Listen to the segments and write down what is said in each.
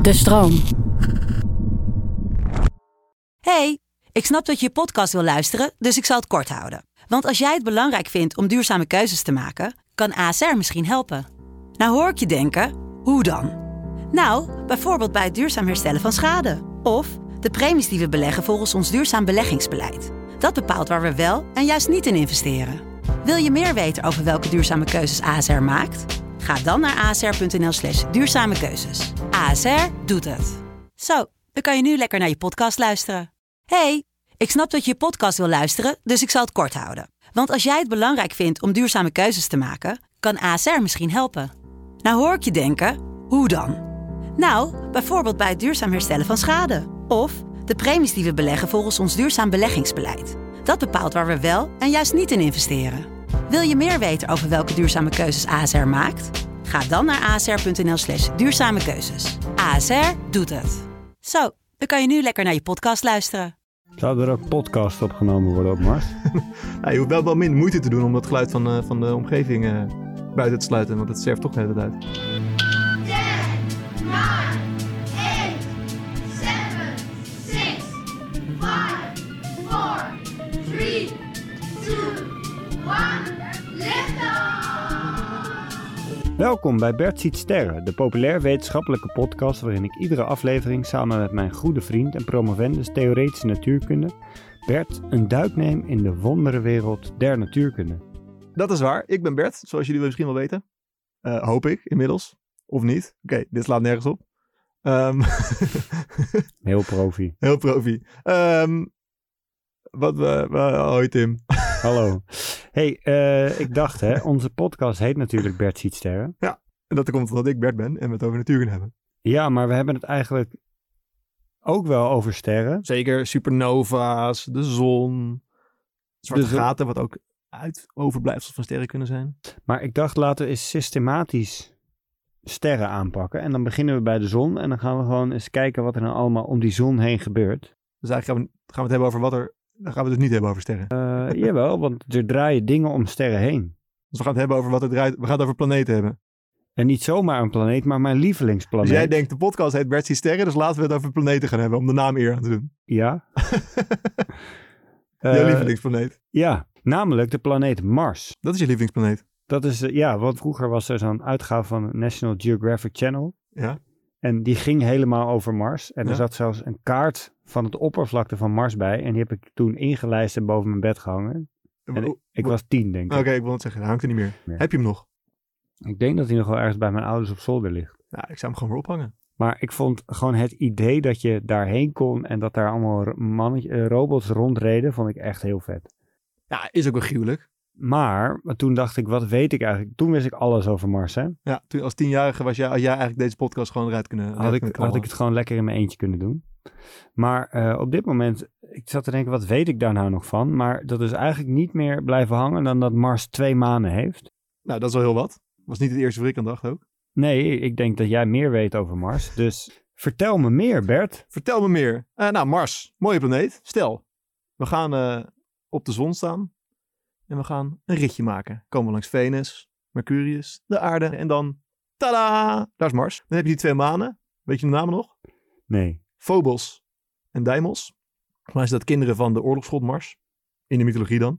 De stroom. Hey, ik snap dat je je podcast wil luisteren, dus ik zal het kort houden. Want als jij het belangrijk vindt om duurzame keuzes te maken, kan ASR misschien helpen. Nou hoor ik je denken, hoe dan? Nou, bijvoorbeeld bij het duurzaam herstellen van schade. Of de premies die we beleggen volgens ons duurzaam beleggingsbeleid. Dat bepaalt waar we wel en juist niet in investeren. Wil je meer weten over welke duurzame keuzes ASR maakt? Ga dan naar asr.nl/duurzame keuzes. ASR doet het. Zo, dan kan je nu lekker naar je podcast luisteren. Hey, ik snap dat je je podcast wil luisteren, dus ik zal het kort houden. Want als jij het belangrijk vindt om duurzame keuzes te maken, kan ASR misschien helpen. Nou hoor ik je denken, hoe dan? Nou, bijvoorbeeld bij het duurzaam herstellen van schade. Of de premies die we beleggen volgens ons duurzaam beleggingsbeleid. Dat bepaalt waar we wel en juist niet in investeren. Wil je meer weten over welke duurzame keuzes ASR maakt? Ga dan naar asr.nl/duurzame keuzes. ASR doet het. Zo, dan kan je nu lekker naar je podcast luisteren. Zouden er ook podcasts opgenomen worden op Mars? Nou, je hoeft wel minder moeite te doen om het geluid van de omgeving buiten te sluiten, want het sterft toch de hele tijd. 10, 9, 8, 7, 6, 5, 4, 3, 2, 1, lift off! Welkom bij Bert Ziet Sterren, de populair wetenschappelijke podcast waarin ik iedere aflevering samen met mijn goede vriend en promovendus theoretische natuurkunde, Bert, een duik neem in de wonderenwereld der natuurkunde. Dat is waar. Ik ben Bert, zoals jullie misschien wel weten. Hoop ik, inmiddels. Of niet. Oké, dit slaat nergens op. Heel profi. Heel profi. Hoi Tim. Hallo. Hey, ik dacht onze podcast heet natuurlijk Bert Ziet Sterren. Ja, en dat komt omdat ik Bert ben en we het over natuurkunde hebben. Ja, maar we hebben het eigenlijk ook wel over sterren. Zeker supernova's, de zon, zwarte gaten, wat ook overblijfsels van sterren kunnen zijn. Maar ik dacht, laten we eens systematisch sterren aanpakken. En dan beginnen we bij de zon en dan gaan we gewoon eens kijken wat er nou allemaal om die zon heen gebeurt. Dus eigenlijk gaan we het hebben over wat er... Dan gaan we het dus niet hebben over sterren. Jawel, want er draaien dingen om sterren heen. Dus we gaan het hebben over wat er draait. We gaan het over planeten hebben. En niet zomaar een planeet, maar mijn lievelingsplaneet. Dus jij denkt, de podcast heet Bert Ziet Sterren, dus laten we het over planeten gaan hebben, om de naam eer aan te doen. Ja. Jouw lievelingsplaneet. Ja, namelijk de planeet Mars. Dat is je lievelingsplaneet. Dat is, want vroeger was er zo'n uitgave van National Geographic Channel. Ja. En die ging helemaal over Mars. En Ja. er zat zelfs een kaart van het oppervlakte van Mars bij. En die heb ik toen ingelijst en boven mijn bed gehangen. En ik was 10, denk ik. Oké, ik wil het zeggen, hij hangt er niet meer. Nee. Heb je hem nog? Ik denk dat hij nog wel ergens bij mijn ouders op zolder ligt. Nou, ik zou hem gewoon weer ophangen. Maar ik vond gewoon het idee dat je daarheen kon en dat daar allemaal robots rondreden, vond ik echt heel vet. Ja, is ook wel gruwelijk. Maar toen dacht ik, wat weet ik eigenlijk? Toen wist ik alles over Mars, hè? Ja, toen als 10-jarige had jij eigenlijk deze podcast gewoon eruit kunnen Had ik het gewoon lekker in mijn eentje kunnen doen. Maar op dit moment, ik zat te denken, wat weet ik daar nou nog van? Maar dat is eigenlijk niet meer blijven hangen dan dat Mars 2 manen heeft. Nou, dat is wel heel wat. Was niet het eerste wat ik aan dacht ook. Nee, ik denk dat jij meer weet over Mars. Dus vertel me meer, Bert. Vertel me meer. Nou, Mars, mooie planeet. Stel, we gaan op de zon staan en we gaan een ritje maken. Komen we langs Venus, Mercurius, de aarde en dan, tada, daar is Mars. Dan heb je die 2 manen. Weet je de namen nog? Nee. Phobos en Deimos. Volgens mij zijn dat kinderen van de oorlogsgod Mars. In de mythologie dan.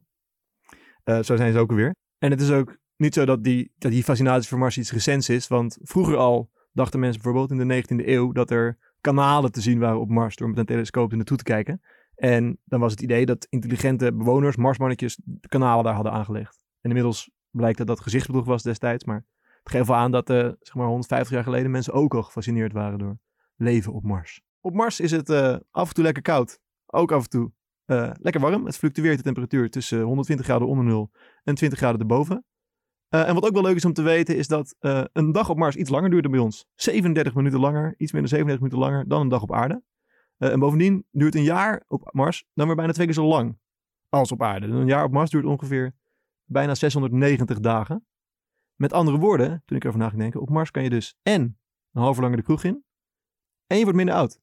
Zo zijn ze ook alweer. En het is ook niet zo dat die fascinatie voor Mars iets recents is. Want vroeger al dachten mensen bijvoorbeeld in de 19e eeuw dat er kanalen te zien waren op Mars door met een telescoop er naartoe te kijken. En dan was het idee dat intelligente bewoners, Marsmannetjes, de kanalen daar hadden aangelegd. En inmiddels blijkt dat dat gezichtsbedrog was destijds. Maar het geeft wel aan dat 150 jaar geleden mensen ook al gefascineerd waren door leven op Mars. Op Mars is het af en toe lekker koud. Ook af en toe lekker warm. Het fluctueert de temperatuur tussen 120 graden onder nul en 20 graden erboven. En wat ook wel leuk is om te weten is dat een dag op Mars iets langer duurt dan bij ons. 37 minuten langer, iets meer dan 37 minuten langer dan een dag op aarde. En bovendien duurt een jaar op Mars dan weer bijna 2 keer zo lang als op aarde. Een jaar op Mars duurt ongeveer bijna 690 dagen. Met andere woorden, toen ik erover na ging denken, op Mars kan je dus en een half uur langer de kroeg in en je wordt minder oud.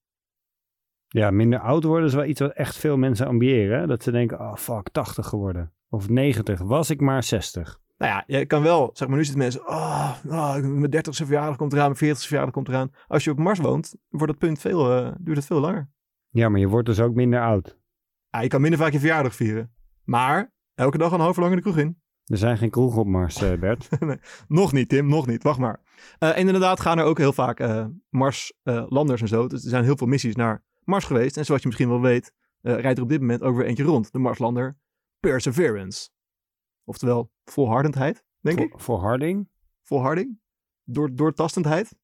Ja, minder oud worden is wel iets wat echt veel mensen ambiëren. Hè? Dat ze denken, oh fuck, 80 geworden. Of 90, was ik maar 60. Nou ja, je kan wel, zeg maar, nu zitten mensen, mijn 30ste verjaardag komt eraan, mijn 40ste verjaardag komt eraan. Als je op Mars woont, wordt dat punt duurt het veel langer. Ja, maar je wordt dus ook minder oud. Ja, je kan minder vaak je verjaardag vieren. Maar elke dag een half uur lang in de kroeg in. Er zijn geen kroegen op Mars, Bert. Nee, nog niet, Tim, nog niet. Wacht maar. En inderdaad gaan er ook heel vaak Mars-landers en zo. Dus er zijn heel veel missies naar Mars geweest. En zoals je misschien wel weet, rijdt er op dit moment ook weer eentje rond. De Marslander Perseverance. Oftewel volhardendheid, denk ik. Volharding? Volharding. Doortastendheid.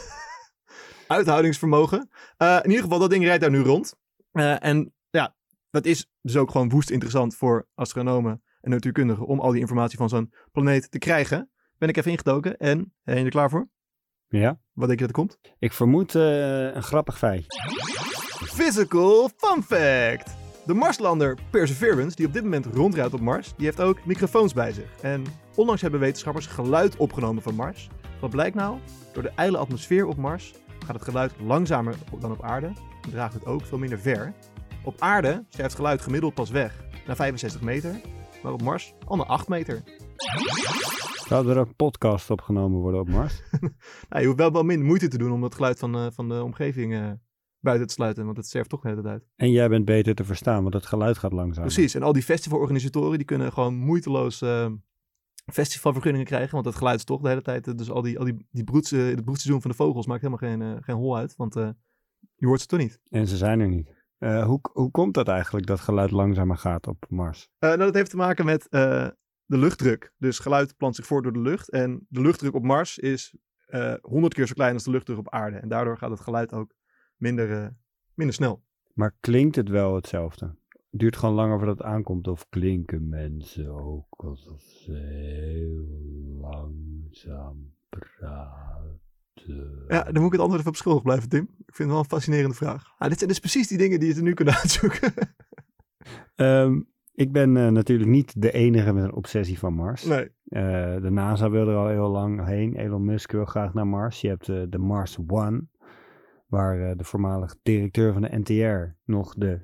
Uithoudingsvermogen. In ieder geval, dat ding rijdt daar nu rond. En ja, dat is dus ook gewoon woest interessant voor astronomen en natuurkundigen om al die informatie van zo'n planeet te krijgen. Ben ik even ingedoken en ben je er klaar voor? Ja. Wat denk je dat er komt? Ik vermoed een grappig feitje. Physical fun fact! De Marslander Perseverance, die op dit moment rondrijdt op Mars, die heeft ook microfoons bij zich. En onlangs hebben wetenschappers geluid opgenomen van Mars. Wat blijkt nou? Door de ijle atmosfeer op Mars gaat het geluid langzamer dan op aarde en draagt het ook veel minder ver. Op aarde sterft geluid gemiddeld pas weg na 65 meter, maar op Mars al na 8 meter. Zouden er ook podcasts opgenomen worden op Mars? Nou, je hoeft wel minder moeite te doen om het geluid van de omgeving buiten te sluiten, want het sterft toch de hele tijd uit. En jij bent beter te verstaan, want het geluid gaat langzamer. Precies, en al die festivalorganisatoren die kunnen gewoon moeiteloos festivalvergunningen krijgen, want het geluid is toch de hele tijd, dus al die het broedseizoen van de vogels maakt helemaal geen hol uit, want je hoort ze toch niet. En ze zijn er niet. Hoe komt dat eigenlijk, dat geluid langzamer gaat op Mars? Nou, dat heeft te maken met de luchtdruk. Dus geluid plant zich voort door de lucht. En de luchtdruk op Mars is 100 keer zo klein als de luchtdruk op aarde. En daardoor gaat het geluid ook minder snel. Maar klinkt het wel hetzelfde? Het duurt gewoon langer voordat het aankomt. Of klinken mensen ook alsof ze heel langzaam praten? Ja, dan moet ik het antwoord even op schuldig blijven, Tim. Ik vind het wel een fascinerende vraag. Dit zijn dus precies die dingen die je er nu kunt uitzoeken. Ik ben natuurlijk niet de enige met een obsessie van Mars. Nee. De NASA wil er al heel lang heen. Elon Musk wil graag naar Mars. Je hebt de Mars One, waar de voormalige directeur van de NTR nog de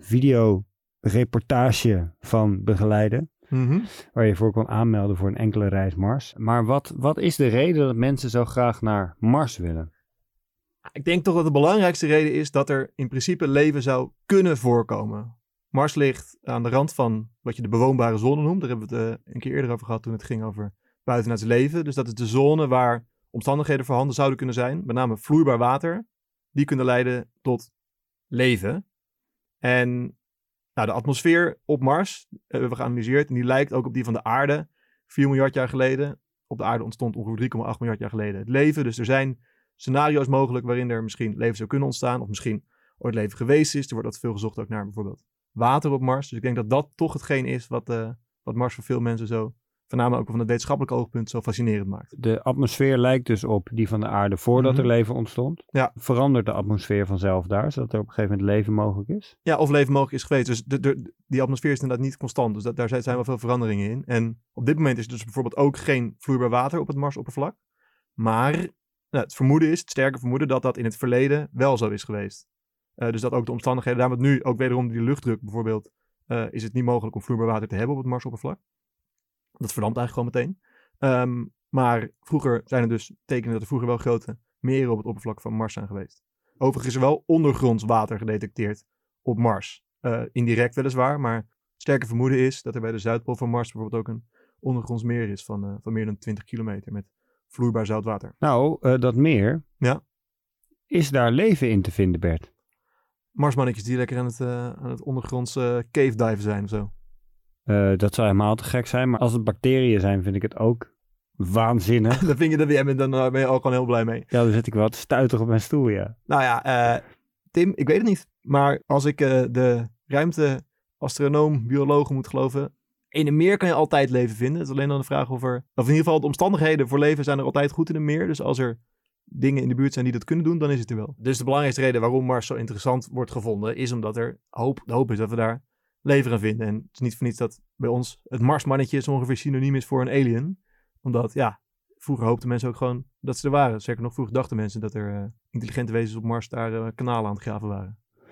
videoreportage van begeleidde. Mm-hmm. Waar je voor kon aanmelden voor een enkele reis Mars. Maar wat is de reden dat mensen zo graag naar Mars willen? Ik denk toch dat de belangrijkste reden is dat er in principe leven zou kunnen voorkomen. Mars ligt aan de rand van wat je de bewoonbare zone noemt. Daar hebben we het een keer eerder over gehad toen het ging over buitenaards leven. Dus dat is de zone waar omstandigheden voorhanden zouden kunnen zijn. Met name vloeibaar water. Die kunnen leiden tot leven. En nou, de atmosfeer op Mars hebben we geanalyseerd. En die lijkt ook op die van de aarde 4 miljard jaar geleden. Op de aarde ontstond ongeveer 3,8 miljard jaar geleden het leven. Dus er zijn scenario's mogelijk waarin er misschien leven zou kunnen ontstaan. Of misschien ooit leven geweest is. Er wordt altijd veel gezocht ook naar bijvoorbeeld water op Mars. Dus ik denk dat dat toch hetgeen is wat Mars voor veel mensen zo, voornamelijk ook van het wetenschappelijk oogpunt, zo fascinerend maakt. De atmosfeer lijkt dus op die van de aarde voordat er leven ontstond. Ja. Verandert de atmosfeer vanzelf daar, zodat er op een gegeven moment leven mogelijk is? Ja, of leven mogelijk is geweest. Dus die atmosfeer is inderdaad niet constant. Dus daar zijn wel veel veranderingen in. En op dit moment is er dus bijvoorbeeld ook geen vloeibaar water op het Marsoppervlak. Maar het sterke vermoeden dat in het verleden wel zo is geweest. Dus dat ook de omstandigheden, daarom nu ook wederom die luchtdruk bijvoorbeeld, is het niet mogelijk om vloeibaar water te hebben op het Marsoppervlak. Dat verdampt eigenlijk gewoon meteen. Maar vroeger zijn er dus tekenen dat er vroeger wel grote meren op het oppervlak van Mars zijn geweest. Overigens is er wel ondergronds water gedetecteerd op Mars. Indirect weliswaar, maar sterke vermoeden is dat er bij de Zuidpool van Mars bijvoorbeeld ook een ondergronds meer is van meer dan 20 kilometer met vloeibaar zoutwater. Nou, dat meer, Ja. Is daar leven in te vinden, Bert? Marsmannetjes die lekker aan het ondergronds cave diven zijn of zo. Dat zou helemaal te gek zijn, maar als het bacteriën zijn, vind ik het ook waanzinnig. Dan ben je ook gewoon heel blij mee. Ja, dan zit ik wel te stuiteren op mijn stoel, ja. Nou ja, Tim, ik weet het niet. Maar als ik de ruimteastronoom, biologen moet geloven, in een meer kan je altijd leven vinden. Het is alleen dan de vraag of in ieder geval de omstandigheden voor leven zijn er altijd goed in een meer. Dus als er dingen in de buurt zijn die dat kunnen doen, dan is het er wel. Dus de belangrijkste reden waarom Mars zo interessant wordt gevonden, is omdat er de hoop is dat we daar leven gaan vinden. En het is niet voor niets dat bij ons het Marsmannetje zo ongeveer synoniem is voor een alien. Omdat, ja, vroeger hoopten mensen ook gewoon dat ze er waren. Zeker nog vroeger dachten mensen dat er intelligente wezens op Mars daar kanalen aan het graven waren.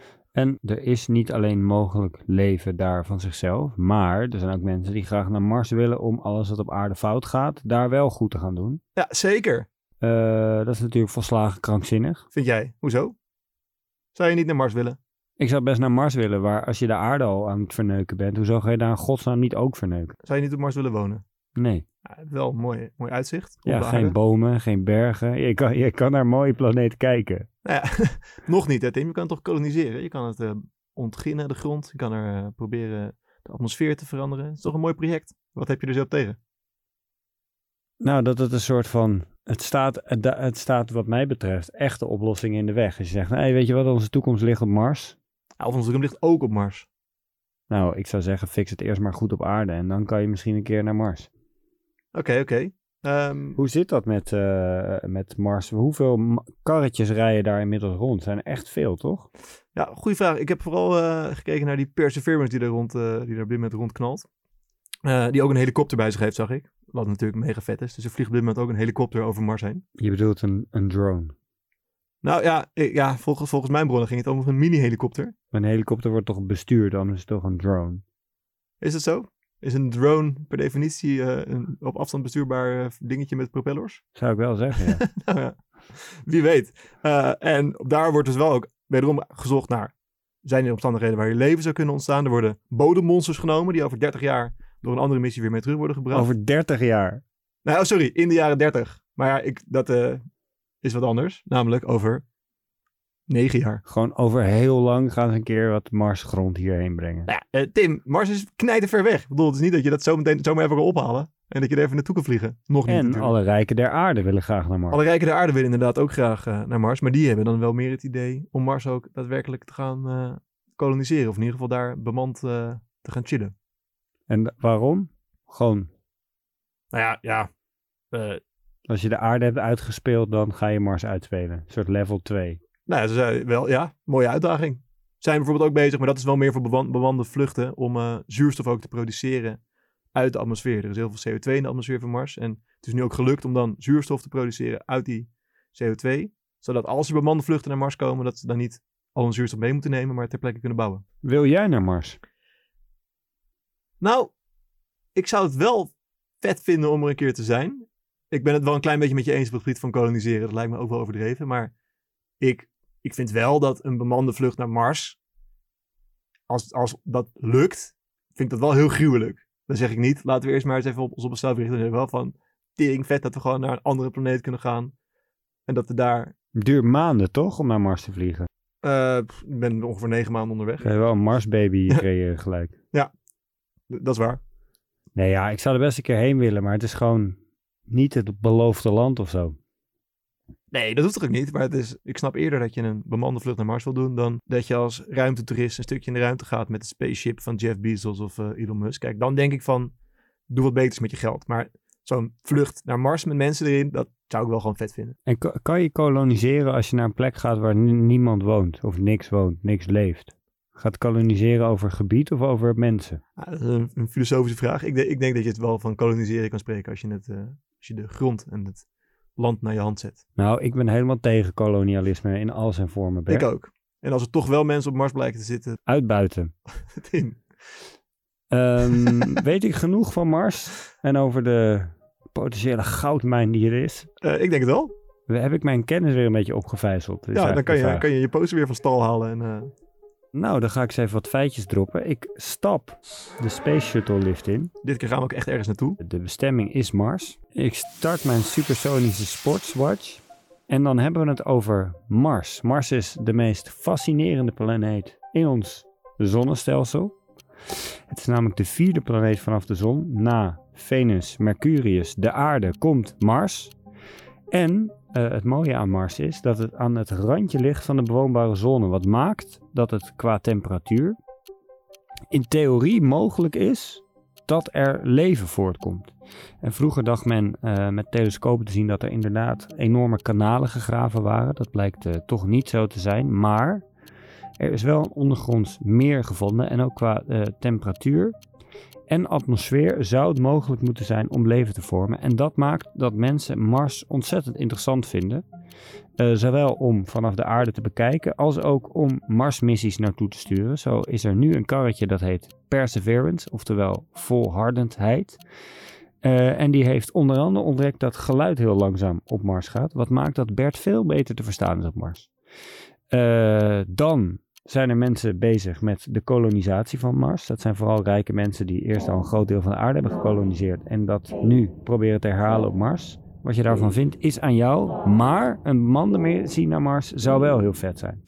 En er is niet alleen mogelijk leven daar van zichzelf, maar er zijn ook mensen die graag naar Mars willen om alles wat op aarde fout gaat, daar wel goed te gaan doen. Ja, zeker. Dat is natuurlijk volslagen krankzinnig. Vind jij? Hoezo? Zou je niet naar Mars willen? Ik zou best naar Mars willen, waar als je de aarde al aan het verneuken bent, hoezo ga je daar in godsnaam niet ook verneuken? Zou je niet op Mars willen wonen? Nee. Ja, wel een mooi uitzicht. Op Ja, de geen aarde. bomen, geen bergen. Je kan naar mooie planeten kijken. Nou ja, nog niet hè Tim. Je kan het toch koloniseren? Je kan het ontginnen, de grond. Je kan er proberen de atmosfeer te veranderen. Het is toch een mooi project? Wat heb je er zo op tegen? Nou, dat het een soort van... Het staat wat mij betreft echt de oplossing in de weg. Als je zegt, nee, weet je wat, onze toekomst ligt op Mars. Of onze toekomst ligt ook op Mars. Nou, ik zou zeggen, fix het eerst maar goed op aarde. En dan kan je misschien een keer naar Mars. Oké. Hoe zit dat met Mars? Hoeveel karretjes rijden daar inmiddels rond? Zijn er echt veel, toch? Ja, goede vraag. Ik heb vooral gekeken naar die Perseverance die daar op dit moment rondknalt. Die ook een helikopter bij zich heeft, zag ik. Wat natuurlijk mega vet is. Dus er vliegt op dit moment ook een helikopter over Mars heen. Je bedoelt een drone. Nou ja, volgens mijn bronnen ging het om een mini-helikopter. Een helikopter wordt toch bestuurd, dan is het toch een drone? Is het zo? Is een drone per definitie een op afstand bestuurbaar dingetje met propellers? Zou ik wel zeggen, ja. Nou ja, wie weet. En daar wordt dus wel ook wederom gezocht naar... Zijn er omstandigheden waar je leven zou kunnen ontstaan? Er worden bodemmonsters genomen die over 30 jaar door een andere missie weer mee terug worden gebracht. Over 30 jaar. Nou, sorry, in de jaren 30. Maar ja, dat is wat anders. Namelijk over 9 jaar. Gewoon over heel lang gaan ze een keer wat Marsgrond hierheen brengen. Nou ja, Tim, Mars is knijten ver weg. Ik bedoel, het is niet dat je dat zomaar even kan ophalen. En dat je er even naartoe kan vliegen. Nog niet En natuurlijk. alle rijken der aarde willen graag naar Mars. Alle rijken der aarde willen inderdaad ook graag naar Mars. Maar die hebben dan wel meer het idee om Mars ook daadwerkelijk te gaan koloniseren. Of in ieder geval daar bemand te gaan chillen. En waarom? Gewoon, Nou ja. als je de aarde hebt uitgespeeld, dan ga je Mars uitspelen. Een soort level 2. Nou ja, ze zeiden wel, ja, mooie uitdaging. Zijn bijvoorbeeld ook bezig, maar dat is wel meer voor bemande vluchten. Om zuurstof ook te produceren uit de atmosfeer. Er is heel veel CO2 in de atmosfeer van Mars. En het is nu ook gelukt om dan zuurstof te produceren uit die CO2. Zodat als er bemande vluchten naar Mars komen, dat ze dan niet al hun zuurstof mee moeten nemen, maar ter plekke kunnen bouwen. Wil jij naar Mars? Nou, ik zou het wel vet vinden om er een keer te zijn. Ik ben het wel een klein beetje met je eens op het gebied van koloniseren. Dat lijkt me ook wel overdreven. Maar ik vind wel dat een bemande vlucht naar Mars, als dat lukt, vind ik dat wel heel gruwelijk. Dan zeg ik niet, laten we eerst maar eens even op ons op onszelf richten. Dan zeg ik wel van, tering vet dat we gewoon naar een andere planeet kunnen gaan. En dat we daar... Het duurt maanden toch om naar Mars te vliegen? Ik ben ongeveer 9 maanden onderweg. Ga je wel een Marsbaby creëren gelijk. Dat is waar. Nee ja, ik zou er best een keer heen willen, maar het is gewoon niet het beloofde land of zo. Nee, dat hoeft toch ook niet. Maar ik snap eerder dat je een bemande vlucht naar Mars wil doen dan dat je als ruimtetoerist een stukje in de ruimte gaat met de spaceship van Jeff Bezos of Elon Musk. Kijk, dan denk ik van, doe wat beters met je geld. Maar zo'n vlucht naar Mars met mensen erin, dat zou ik wel gewoon vet vinden. En kan je koloniseren als je naar een plek gaat waar niemand woont of niks woont, niks leeft? Gaat koloniseren over gebied of over mensen? Dat is een filosofische vraag. Ik denk dat je het wel van koloniseren kan spreken als je de grond en het land naar je hand zet. Nou, ik ben helemaal tegen kolonialisme in al zijn vormen, Bert. Ik ook. En als er toch wel mensen op Mars blijken te zitten, Uitbuiten. Tim. Weet ik genoeg van Mars en over de potentiële goudmijn die er is? Ik denk het wel. Heb ik mijn kennis weer een beetje opgevijzeld? Ja, dan kan je poster weer van stal halen. En, Nou, dan ga ik eens even wat feitjes droppen. Ik stap de Space Shuttle lift in. dit keer gaan we ook echt ergens naartoe. De bestemming is Mars. Ik start mijn supersonische sportswatch. En dan hebben we het over Mars. Mars is de meest fascinerende planeet in ons zonnestelsel. Het is namelijk de 4e planeet vanaf de zon. Na Venus, Mercurius, de aarde komt Mars. En het mooie aan Mars is dat het aan het randje ligt van de bewoonbare zone. Wat maakt dat het qua temperatuur in theorie mogelijk is dat er leven voortkomt. En vroeger dacht men met telescopen te zien dat er inderdaad enorme kanalen gegraven waren. Dat blijkt toch niet zo te zijn. Maar er is wel een ondergronds meer gevonden. En ook qua temperatuur en atmosfeer zou het mogelijk moeten zijn om leven te vormen. En dat maakt dat mensen Mars ontzettend interessant vinden. Zowel om vanaf de aarde te bekijken als ook om Marsmissies naartoe te sturen. Zo is er nu een karretje dat heet Perseverance, oftewel volhardendheid. En die heeft onder andere ontdekt dat geluid heel langzaam op Mars gaat. Wat maakt dat Bert veel beter te verstaan is op Mars. Dan zijn er mensen bezig met de kolonisatie van Mars. Dat zijn vooral rijke mensen die eerst al een groot deel van de aarde hebben gekoloniseerd. En dat nu proberen te herhalen op Mars. Wat je daarvan vindt is aan jou. Maar een mandenmissie naar Mars zou wel heel vet zijn.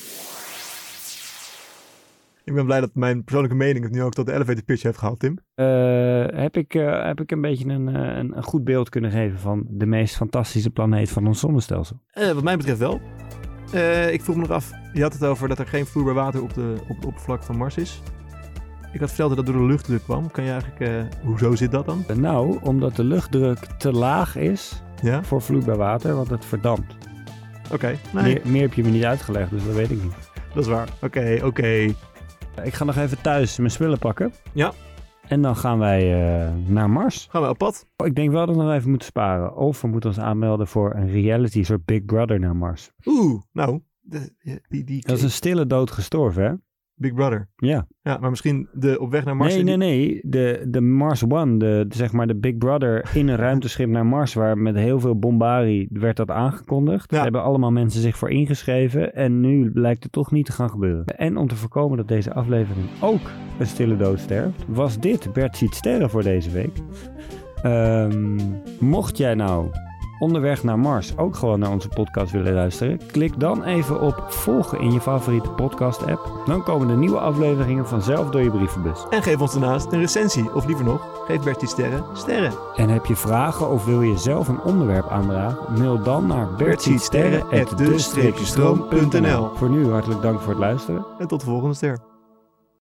Ik ben blij dat mijn persoonlijke mening het nu ook tot de elevator pitch heeft gehaald, Tim. Heb ik een beetje een goed beeld kunnen geven van de meest fantastische planeet van ons zonnestelsel? Wat mij betreft wel. Ik vroeg me nog af, je had het over dat er geen vloeibaar water op het oppervlak van Mars is. Ik had verteld dat dat door de luchtdruk kwam. Kan je eigenlijk, hoezo zit dat dan? Nou, omdat de luchtdruk te laag is voor vloeibaar water, want het verdampt. Oké. Nee. Meer heb je me niet uitgelegd, dus dat weet ik niet. Dat is waar. Oké. Ik ga nog even thuis mijn spullen pakken. Ja. En dan gaan wij naar Mars. Gaan we op pad? Ik denk wel dat we nog even moeten sparen. Of we moeten ons aanmelden voor een reality soort Big Brother naar Mars. Nou. Dat is een stille dood gestorven, hè? Big Brother. Ja. Ja, maar misschien de op weg naar Mars... Nee. De Mars One, zeg maar de Big Brother in een ruimteschip naar Mars, waar met heel veel bombarie werd dat aangekondigd. Ja. Er hebben allemaal mensen zich voor ingeschreven en nu lijkt het toch niet te gaan gebeuren. En om te voorkomen dat deze aflevering ook een stille dood sterft, was dit Bert Ziet Sterren voor deze week. Mocht jij nou onderweg naar Mars ook gewoon naar onze podcast willen luisteren, klik dan even op volgen in je favoriete podcast app. Dan komen de nieuwe afleveringen vanzelf door je brievenbus. En geef ons daarnaast een recensie. Of liever nog, geef Bert Ziet Sterren. En heb je vragen of wil je zelf een onderwerp aandragen? Mail dan naar bertzietsterren@de-stroom.nl. Voor nu hartelijk dank voor het luisteren. En tot de volgende ster.